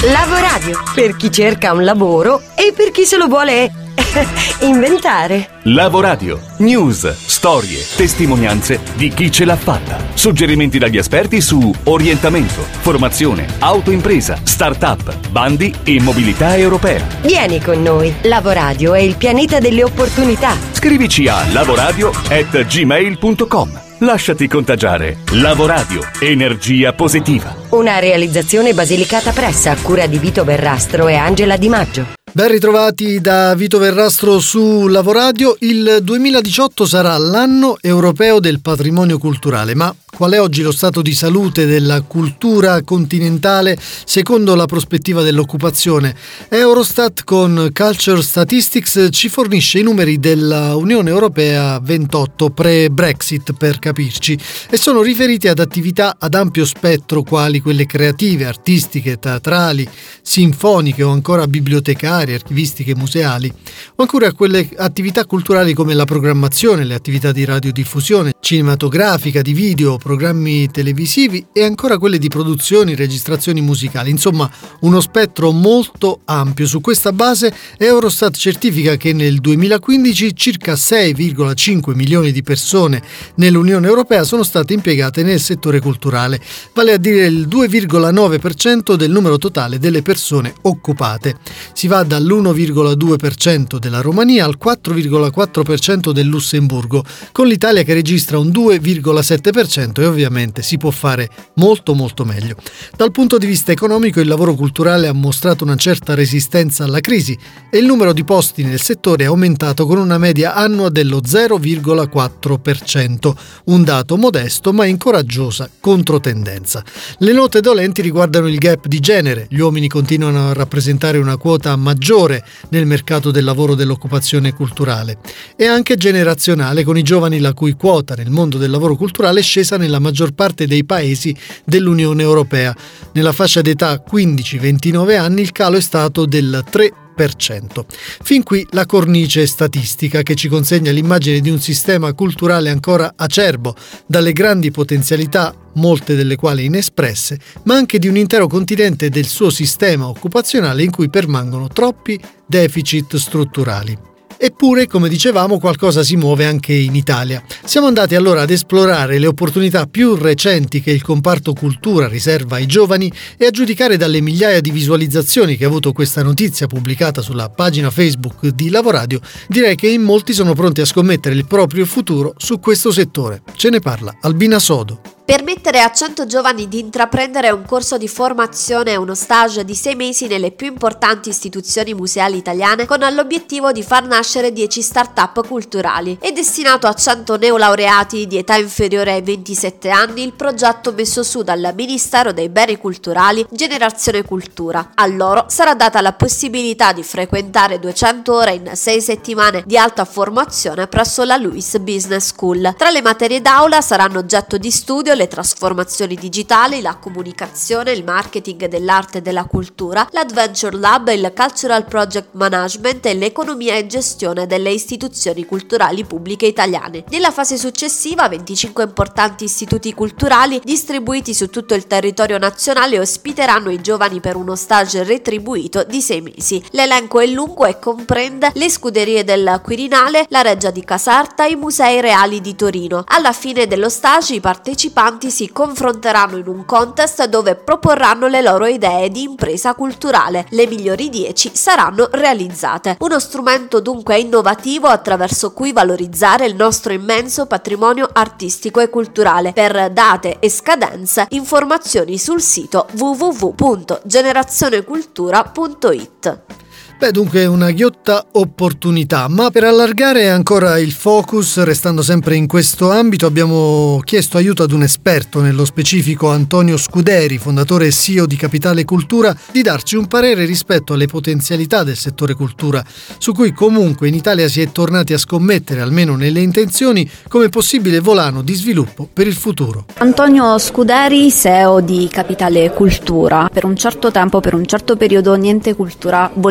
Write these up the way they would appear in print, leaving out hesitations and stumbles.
Lavoradio, per chi cerca un lavoro e per chi se lo vuole inventare. Lavoradio, news, storie, testimonianze di chi ce l'ha fatta. Suggerimenti dagli esperti su orientamento, formazione, autoimpresa, start-up, bandi e mobilità europea. Vieni con noi. Lavoradio è il pianeta delle opportunità. Scrivici a lavoradio@gmail.com. Lasciati contagiare. Lavoradio, energia positiva. Una realizzazione Basilicata Press a cura di Vito Verrastro e Angela Di Maggio. Ben ritrovati da Vito Verrastro su Lavoradio. Il 2018 sarà l'anno europeo del patrimonio culturale, ma qual è oggi lo stato di salute della cultura continentale secondo la prospettiva dell'occupazione? Eurostat con Culture Statistics ci fornisce i numeri della Unione Europea 28 pre-Brexit, per capirci, e sono riferiti ad attività ad ampio spettro quali quelle creative, artistiche, teatrali, sinfoniche o ancora bibliotecarie, archivistiche, museali, o ancora quelle attività culturali come la programmazione, le attività di radiodiffusione, cinematografica, di video, programmi televisivi e ancora quelle di produzioni, registrazioni musicali. Insomma, uno spettro molto ampio. Su questa base Eurostat certifica che nel 2015 circa 6,5 milioni di persone nell'Unione Europea sono state impiegate nel settore culturale, vale a dire il 2,9% del numero totale delle persone occupate. Si va dall'1,2% della Romania al 4,4% del Lussemburgo, con l'Italia che registra un 2,7% e ovviamente si può fare molto meglio. Dal punto di vista economico il lavoro culturale ha mostrato una certa resistenza alla crisi e il numero di posti nel settore è aumentato con una media annua dello 0,4%, un dato modesto ma in coraggiosa controtendenza. Le note dolenti riguardano il gap di genere. Gli uomini continuano a rappresentare una quota maggiore nel mercato del lavoro dell'occupazione culturale e anche generazionale, con i giovani la cui quota nel mondo del lavoro culturale è scesa nella maggior parte dei paesi dell'Unione Europea. Nella fascia d'età 15-29 anni il calo è stato del 3%. Fin qui la cornice statistica che ci consegna l'immagine di un sistema culturale ancora acerbo, dalle grandi potenzialità, molte delle quali inespresse, ma anche di un intero continente del suo sistema occupazionale in cui permangono troppi deficit strutturali. Eppure, come dicevamo, qualcosa si muove anche in Italia. Siamo andati allora ad esplorare le opportunità più recenti che il comparto cultura riserva ai giovani e a giudicare dalle migliaia di visualizzazioni che ha avuto questa notizia pubblicata sulla pagina Facebook di Lavoradio, direi che in molti sono pronti a scommettere il proprio futuro su questo settore. Ce ne parla Albina Sodo. Permettere a 100 giovani di intraprendere un corso di formazione e uno stage di 6 mesi nelle più importanti istituzioni museali italiane con l'obiettivo di far nascere 10 start-up culturali. È destinato a 100 neolaureati di età inferiore ai 27 anni il progetto messo su dal Ministero dei Beni Culturali Generazione Cultura. A loro sarà data la possibilità di frequentare 200 ore in 6 settimane di alta formazione presso la Luis Business School. Tra le materie d'aula saranno oggetto di studio le trasformazioni digitali, la comunicazione, il marketing dell'arte e della cultura, l'Adventure Lab, il Cultural Project Management e l'economia e gestione delle istituzioni culturali pubbliche italiane. Nella fase successiva, 25 importanti istituti culturali distribuiti su tutto il territorio nazionale ospiteranno i giovani per uno stage retribuito di 6 mesi. L'elenco è lungo e comprende le scuderie del Quirinale, la Reggia di Caserta e i Musei Reali di Torino. Alla fine dello stage i partecipanti si confronteranno in un contest dove proporranno le loro idee di impresa culturale. Le migliori 10 saranno realizzate. Uno strumento dunque innovativo attraverso cui valorizzare il nostro immenso patrimonio artistico e culturale. Per date e scadenze, informazioni sul sito www.generazionecultura.it. Dunque una ghiotta opportunità, ma per allargare ancora il focus, restando sempre in questo ambito, abbiamo chiesto aiuto ad un esperto, nello specifico Antonio Scuderi, fondatore e CEO di Capitale Cultura, di darci un parere rispetto alle potenzialità del settore cultura, su cui comunque in Italia si è tornati a scommettere, almeno nelle intenzioni, come possibile volano di sviluppo per il futuro. Antonio Scuderi, CEO di Capitale Cultura. Per un certo tempo, per un certo periodo, Niente Cultura voleva significare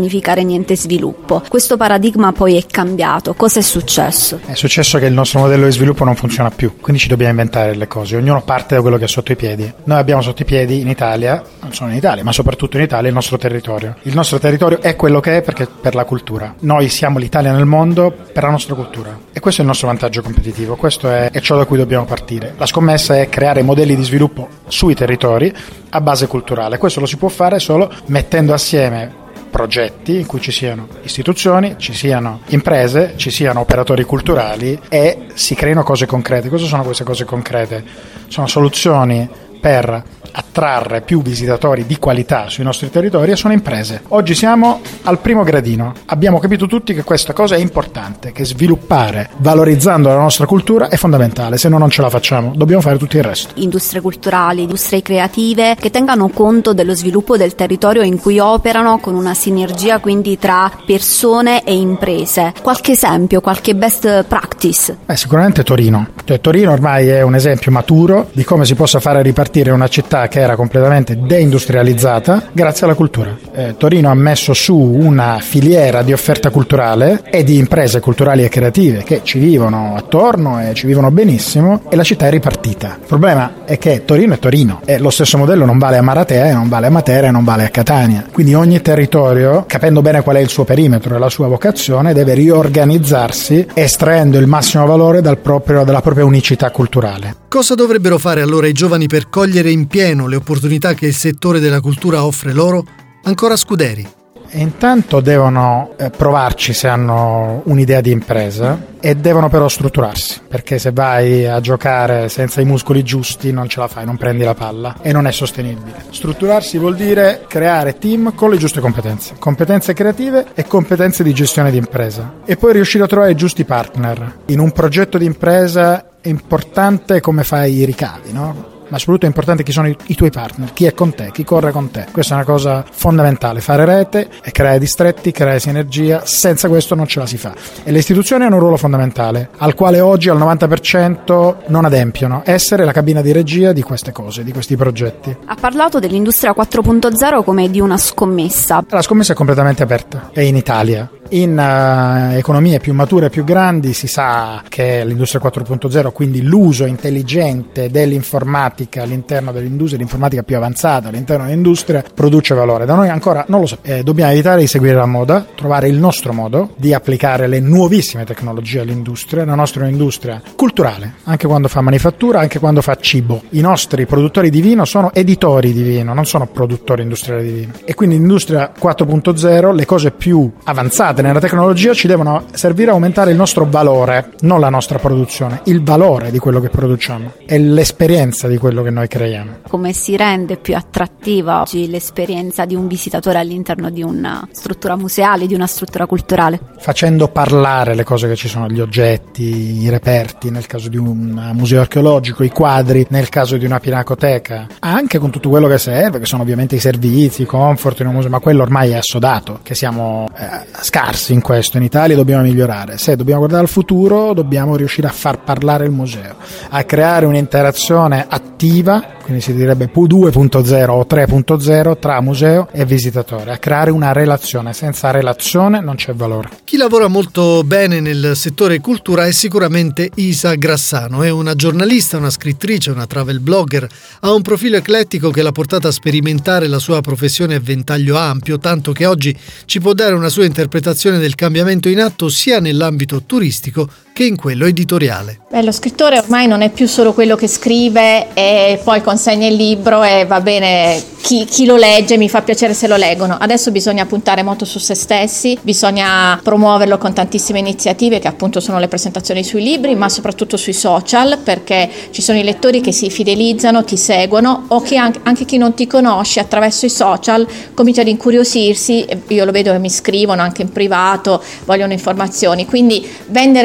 significare niente sviluppo. Questo paradigma poi è cambiato. Cosa è successo? È successo che il nostro modello di sviluppo non funziona più, quindi ci dobbiamo inventare le cose. Ognuno parte da quello che è sotto i piedi. Noi abbiamo sotto i piedi in Italia, non solo in Italia, ma soprattutto in Italia, il nostro territorio. Il nostro territorio è quello che è perché per la cultura. Noi siamo l'Italia nel mondo per la nostra cultura. E questo è il nostro vantaggio competitivo, questo è ciò da cui dobbiamo partire. La scommessa è creare modelli di sviluppo sui territori a base culturale. Questo lo si può fare solo mettendo assieme progetti in cui ci siano istituzioni, ci siano imprese, ci siano operatori culturali e si creino cose concrete. Cosa sono queste cose concrete? Sono soluzioni per attrarre più visitatori di qualità sui nostri territori e sono imprese. Oggi siamo al primo gradino. Abbiamo capito tutti che questa cosa è importante, che sviluppare valorizzando la nostra cultura è fondamentale. Se no non ce la facciamo, dobbiamo fare tutto il resto. Industrie culturali, industrie creative che tengano conto dello sviluppo del territorio in cui operano, con una sinergia quindi tra persone e imprese. Qualche esempio, qualche best practice? Sicuramente Torino. Torino ormai è un esempio maturo di come si possa fare ripartire una città che era completamente deindustrializzata grazie alla cultura. Torino ha messo su una filiera di offerta culturale e di imprese culturali e creative che ci vivono attorno e ci vivono benissimo e la città è ripartita. Il problema è che Torino è Torino e lo stesso modello non vale a Maratea, non vale a Matera e non vale a Catania. Quindi ogni territorio, capendo bene qual è il suo perimetro e la sua vocazione, deve riorganizzarsi estraendo il massimo valore dalla propria unicità culturale. Cosa dovrebbero fare allora i giovani per cogliere in pieno le opportunità che il settore della cultura offre loro? Ancora Scuderi. Intanto devono provarci se hanno un'idea di impresa e devono però strutturarsi, perché se vai a giocare senza i muscoli giusti non ce la fai, non prendi la palla e non è sostenibile. Strutturarsi vuol dire creare team con le giuste competenze creative e competenze di gestione di impresa e poi riuscire a trovare i giusti partner. In un progetto di impresa è importante come fai i ricavi, no? Ma soprattutto è importante chi sono i tuoi partner, chi è con te, chi corre con te. Questa è una cosa fondamentale, fare rete e creare distretti, creare sinergia. Senza questo non ce la si fa. E le istituzioni hanno un ruolo fondamentale, al quale oggi al 90% non adempiono. Essere la cabina di regia di queste cose, di questi progetti. Ha parlato dell'industria 4.0 come di una scommessa. La scommessa è completamente aperta, è in Italia. In economie più mature e più grandi si sa che l'industria 4.0, quindi l'uso intelligente dell'informatica all'interno dell'industria, l'informatica più avanzata all'interno dell'industria, produce valore. Da noi ancora non lo sappiamo. Dobbiamo evitare di seguire la moda, trovare il nostro modo di applicare le nuovissime tecnologie all'industria. La nostra è un'industria culturale, anche quando fa manifattura, anche quando fa cibo. I nostri produttori di vino sono editori di vino, non sono produttori industriali di vino. E quindi l'industria 4.0, le cose più avanzate nella tecnologia ci devono servire a aumentare il nostro valore, non la nostra produzione, il valore di quello che produciamo e l'esperienza di quello che noi creiamo. Come si rende più attrattiva oggi l'esperienza di un visitatore all'interno di una struttura museale, di una struttura culturale? Facendo parlare le cose che ci sono, gli oggetti, i reperti, nel caso di un museo archeologico, i quadri, nel caso di una pinacoteca, anche con tutto quello che serve, che sono ovviamente i servizi, i comfort in un museo, ma quello ormai è assodato, che siamo scarsi in questo in Italia, dobbiamo migliorare. Se dobbiamo guardare al futuro, dobbiamo riuscire a far parlare il museo, a creare un'interazione attiva, quindi si direbbe 2.0 o 3.0 tra museo e visitatore, a creare una relazione. Senza relazione non c'è valore. Chi lavora molto bene nel settore cultura è sicuramente Isa Grassano. È una giornalista, una scrittrice, una travel blogger. Ha un profilo eclettico che l'ha portata a sperimentare la sua professione a ventaglio ampio, tanto che oggi ci può dare una sua interpretazione del cambiamento in atto sia nell'ambito turistico che in quello editoriale. Lo scrittore ormai non è più solo quello che scrive e poi consegna il libro e va bene, chi lo legge mi fa piacere se lo leggono. Adesso bisogna puntare molto su se stessi, bisogna promuoverlo con tantissime iniziative che appunto sono le presentazioni sui libri, ma soprattutto sui social, perché ci sono i lettori che si fidelizzano, ti seguono, o che anche chi non ti conosce attraverso i social comincia ad incuriosirsi. Io lo vedo che mi scrivono anche in privato, vogliono informazioni, quindi vendere se stessi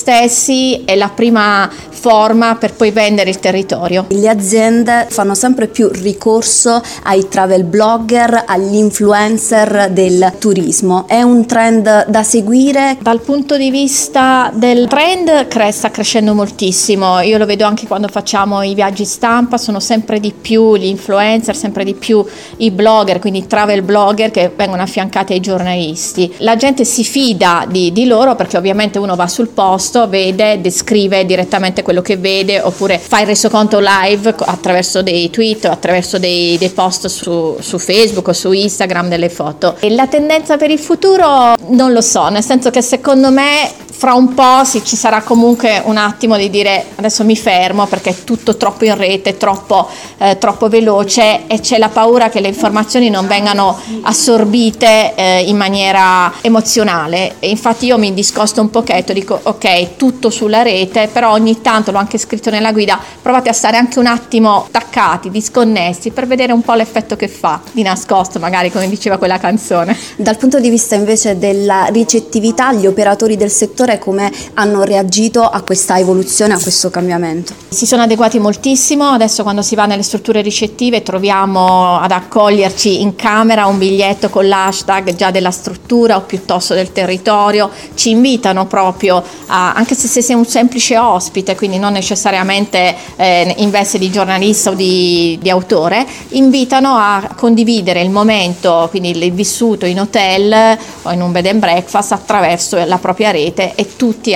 stessi è la prima forma per poi vendere il territorio. Le aziende fanno sempre più ricorso ai travel blogger, agli influencer del turismo. È un trend da seguire? Dal punto di vista del trend sta crescendo moltissimo, io lo vedo anche quando facciamo i viaggi stampa, sono sempre di più gli influencer, sempre di più i blogger, quindi i travel blogger che vengono affiancati ai giornalisti. La gente si fida di loro perché ovviamente uno va sul posto, vede, descrive direttamente quello che vede, oppure fa il resoconto live attraverso dei tweet o attraverso dei post su Facebook o su Instagram, delle foto. E la tendenza per il futuro non lo so, nel senso che secondo me fra un po' ci sarà comunque un attimo di dire adesso mi fermo perché è tutto troppo in rete, troppo veloce, e c'è la paura che le informazioni non vengano assorbite in maniera emozionale. E infatti io mi discosto un pochetto, dico ok, tutto sulla rete, però ogni tanto, l'ho anche scritto nella guida, provate a stare anche un attimo attaccati, disconnessi, per vedere un po' l'effetto che fa, di nascosto magari, come diceva quella canzone. Dal punto di vista invece della ricettività, gli operatori del settore come hanno reagito a questa evoluzione, a questo cambiamento? Si sono adeguati moltissimo, adesso quando si va nelle strutture ricettive troviamo ad accoglierci in camera un biglietto con l'hashtag già della struttura o piuttosto del territorio, ci invitano proprio anche se sei un semplice ospite, quindi non necessariamente in veste di giornalista o di autore, invitano a condividere il momento, quindi il vissuto in hotel o in un bed and breakfast attraverso la propria rete, e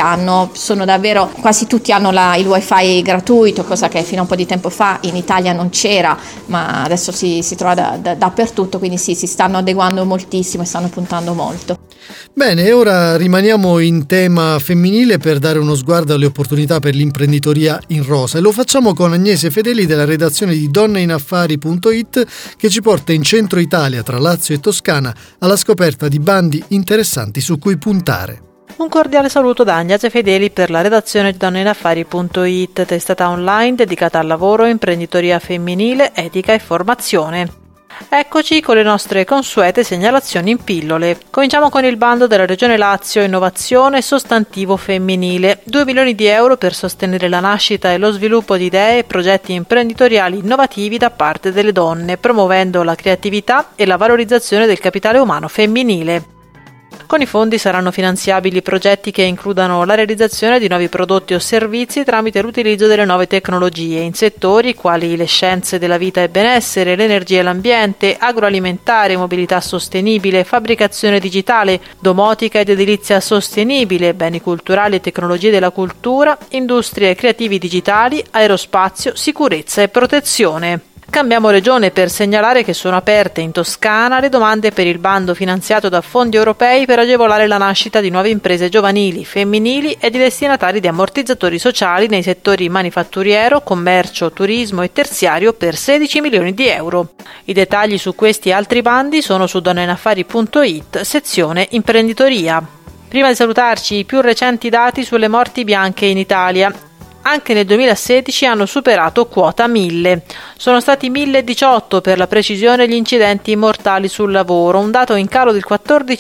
quasi tutti hanno il wifi gratuito, cosa che fino a un po' di tempo fa in Italia non c'era, ma adesso si trova dappertutto, quindi sì, si stanno adeguando moltissimo e stanno puntando molto. Bene, ora rimaniamo in tema femminile per dare uno sguardo alle opportunità per l'imprenditoria in rosa, e lo facciamo con Agnese Fedeli della redazione di donneinaffari.it, che ci porta in centro Italia, tra Lazio e Toscana, alla scoperta di bandi interessanti su cui puntare. Un cordiale saluto da Agnese Fedeli per la redazione di donneinaffari.it, testata online dedicata al lavoro, imprenditoria femminile, etica e formazione. Eccoci con le nostre consuete segnalazioni in pillole. Cominciamo con il bando della Regione Lazio Innovazione Sostantivo Femminile. 2 milioni di euro per sostenere la nascita e lo sviluppo di idee e progetti imprenditoriali innovativi da parte delle donne, promuovendo la creatività e la valorizzazione del capitale umano femminile. Con i fondi saranno finanziabili progetti che includano la realizzazione di nuovi prodotti o servizi tramite l'utilizzo delle nuove tecnologie in settori quali le scienze della vita e benessere, l'energia e l'ambiente, agroalimentare, mobilità sostenibile, fabbricazione digitale, domotica ed edilizia sostenibile, beni culturali e tecnologie della cultura, industrie creativi digitali, aerospazio, sicurezza e protezione. Cambiamo regione per segnalare che sono aperte in Toscana le domande per il bando finanziato da fondi europei per agevolare la nascita di nuove imprese giovanili, femminili e di destinatari di ammortizzatori sociali nei settori manifatturiero, commercio, turismo e terziario per 16 milioni di euro. I dettagli su questi e altri bandi sono su donneinaffari.it, sezione imprenditoria. Prima di salutarci, i più recenti dati sulle morti bianche in Italia. Anche nel 2016 hanno superato quota 1000. Sono stati 1018 per la precisione gli incidenti mortali sul lavoro, un dato in calo del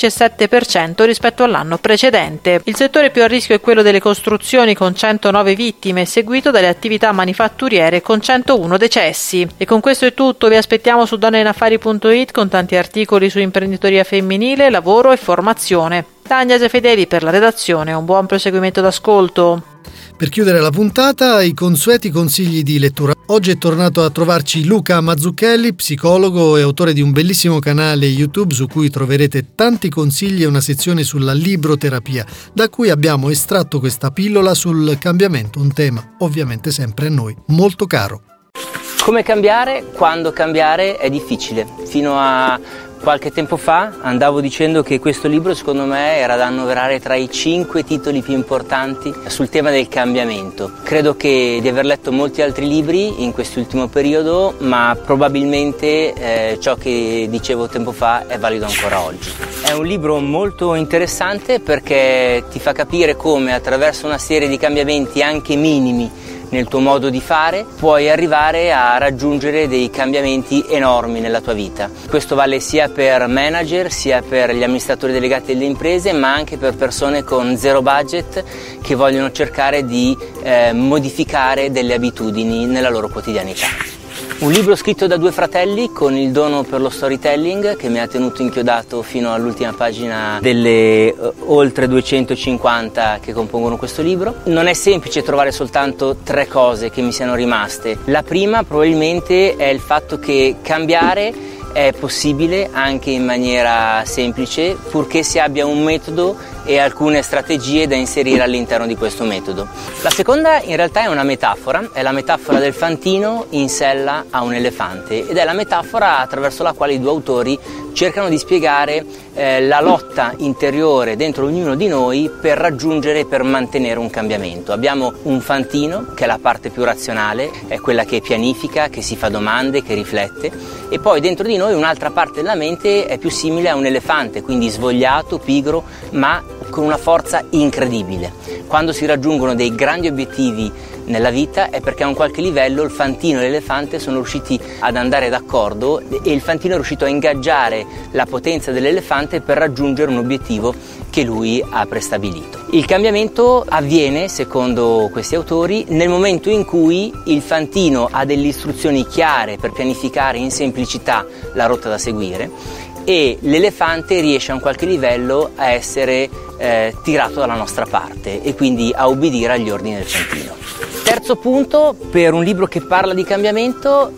14,7% rispetto all'anno precedente. Il settore più a rischio è quello delle costruzioni con 109 vittime, seguito dalle attività manifatturiere con 101 decessi. E con questo è tutto, vi aspettiamo su donneinaffari.it con tanti articoli su imprenditoria femminile, lavoro e formazione. Da Agnese Fedeli per la redazione, un buon proseguimento d'ascolto. Per chiudere la puntata, i consueti consigli di lettura. Oggi è tornato a trovarci Luca Mazzucchelli, psicologo e autore di un bellissimo canale YouTube su cui troverete tanti consigli e una sezione sulla libroterapia, da cui abbiamo estratto questa pillola sul cambiamento, un tema ovviamente sempre a noi molto caro. Come cambiare quando cambiare è difficile. Fino a qualche tempo fa andavo dicendo che questo libro secondo me era da annoverare tra i 5 titoli più importanti sul tema del cambiamento. Credo di aver letto molti altri libri in quest'ultimo periodo, ma probabilmente ciò che dicevo tempo fa è valido ancora oggi. È un libro molto interessante perché ti fa capire come attraverso una serie di cambiamenti anche minimi nel tuo modo di fare, puoi arrivare a raggiungere dei cambiamenti enormi nella tua vita. Questo vale sia per manager, sia per gli amministratori delegati delle imprese, ma anche per persone con zero budget che vogliono cercare di modificare delle abitudini nella loro quotidianità. Un libro scritto da due fratelli con il dono per lo storytelling che mi ha tenuto inchiodato fino all'ultima pagina delle oltre 250 che compongono questo libro. Non è semplice trovare soltanto 3 cose che mi siano rimaste. La prima probabilmente è il fatto che cambiare è possibile anche in maniera semplice, purché si abbia un metodo e alcune strategie da inserire all'interno di questo metodo. La seconda in realtà è una metafora, è la metafora del fantino in sella a un elefante, ed è la metafora attraverso la quale i due autori cercano di spiegare la lotta interiore dentro ognuno di noi per raggiungere e per mantenere un cambiamento. Abbiamo un fantino, che è la parte più razionale, è quella che pianifica, che si fa domande, che riflette, e poi dentro di noi un'altra parte della mente è più simile a un elefante, quindi svogliato, pigro, ma con una forza incredibile. Quando si raggiungono dei grandi obiettivi nella vita è perché a un qualche livello il fantino e l'elefante sono riusciti ad andare d'accordo e il fantino è riuscito a ingaggiare la potenza dell'elefante per raggiungere un obiettivo che lui ha prestabilito. Il cambiamento avviene, secondo questi autori, nel momento in cui il fantino ha delle istruzioni chiare per pianificare in semplicità la rotta da seguire e l'elefante riesce a un qualche livello a essere tirato dalla nostra parte e quindi a ubbidire agli ordini del fantino. Terzo punto, per un libro che parla di cambiamento,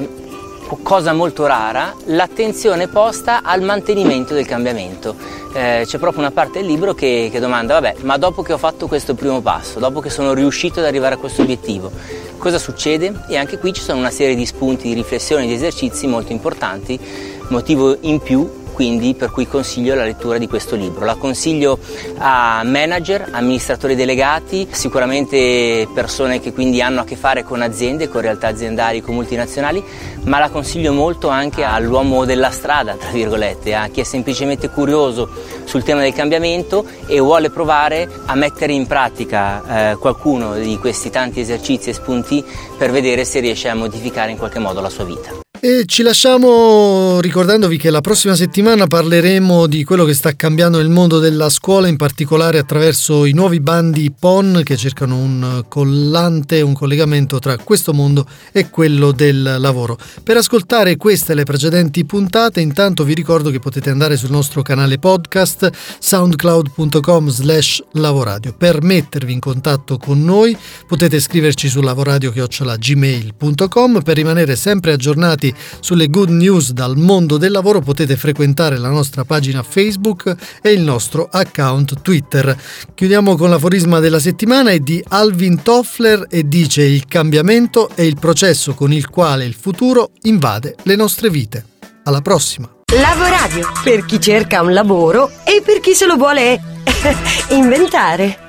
cosa molto rara, l'attenzione posta al mantenimento del cambiamento. C'è proprio una parte del libro che domanda, vabbè, ma dopo che ho fatto questo primo passo, dopo che sono riuscito ad arrivare a questo obiettivo, cosa succede? E anche qui ci sono una serie di spunti, di riflessioni, di esercizi molto importanti, motivo in più quindi per cui consiglio la lettura di questo libro. La consiglio a manager, amministratori delegati, sicuramente persone che quindi hanno a che fare con aziende, con realtà aziendali, con multinazionali, ma la consiglio molto anche all'uomo della strada, tra virgolette, a chi è semplicemente curioso sul tema del cambiamento e vuole provare a mettere in pratica qualcuno di questi tanti esercizi e spunti per vedere se riesce a modificare in qualche modo la sua vita. E ci lasciamo ricordandovi che la prossima settimana parleremo di quello che sta cambiando nel mondo della scuola, in particolare attraverso i nuovi bandi PON che cercano un collante, un collegamento tra questo mondo e quello del lavoro. Per ascoltare queste e le precedenti puntate, intanto vi ricordo che potete andare sul nostro canale podcast soundcloud.com/lavoradio. Per mettervi in contatto con noi potete scriverci su lavoradio@gmail.com. Per rimanere sempre aggiornati sulle good news dal mondo del lavoro potete frequentare la nostra pagina Facebook e il nostro account Twitter. Chiudiamo con l'aforisma della settimana, è di Alvin Toffler e dice: il cambiamento è il processo con il quale il futuro invade le nostre vite. Alla prossima. Lavoradio, per chi cerca un lavoro e per chi se lo vuole inventare.